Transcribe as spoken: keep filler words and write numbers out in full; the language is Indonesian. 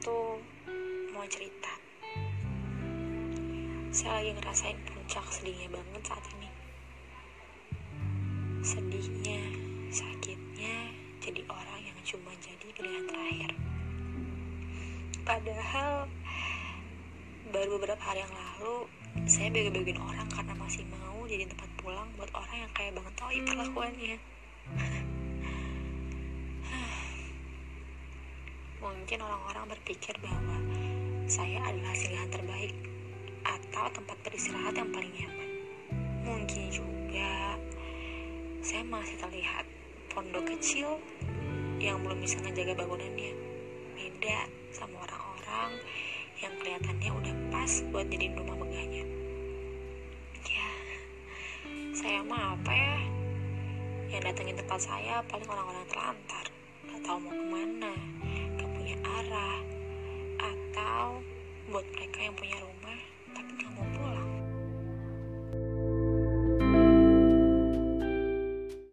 tuh mau cerita. Saya lagi ngerasain puncak sedihnya banget saat ini. Sedihnya, sakitnya, jadi orang yang cuma jadi pilihan terakhir. Padahal baru beberapa hari yang lalu saya bego-begoin orang karena masih mau jadi tempat pulang buat orang yang kayak Bang Toi perlakuannya. Mungkin orang-orang berpikir bahwa saya adalah singgahan terbaik atau tempat beristirahat yang paling nyaman. Mungkin juga saya masih terlihat pondok kecil yang belum bisa ngejaga bangunannya. Beda sama orang-orang yang kelihatannya udah pas buat jadiin rumah megahnya. Ya, saya mah apa ya? Yang datengin tempat saya paling orang-orang terlantar, gak tahu mau kemana, gak punya arah, atau buat mereka yang punya rumah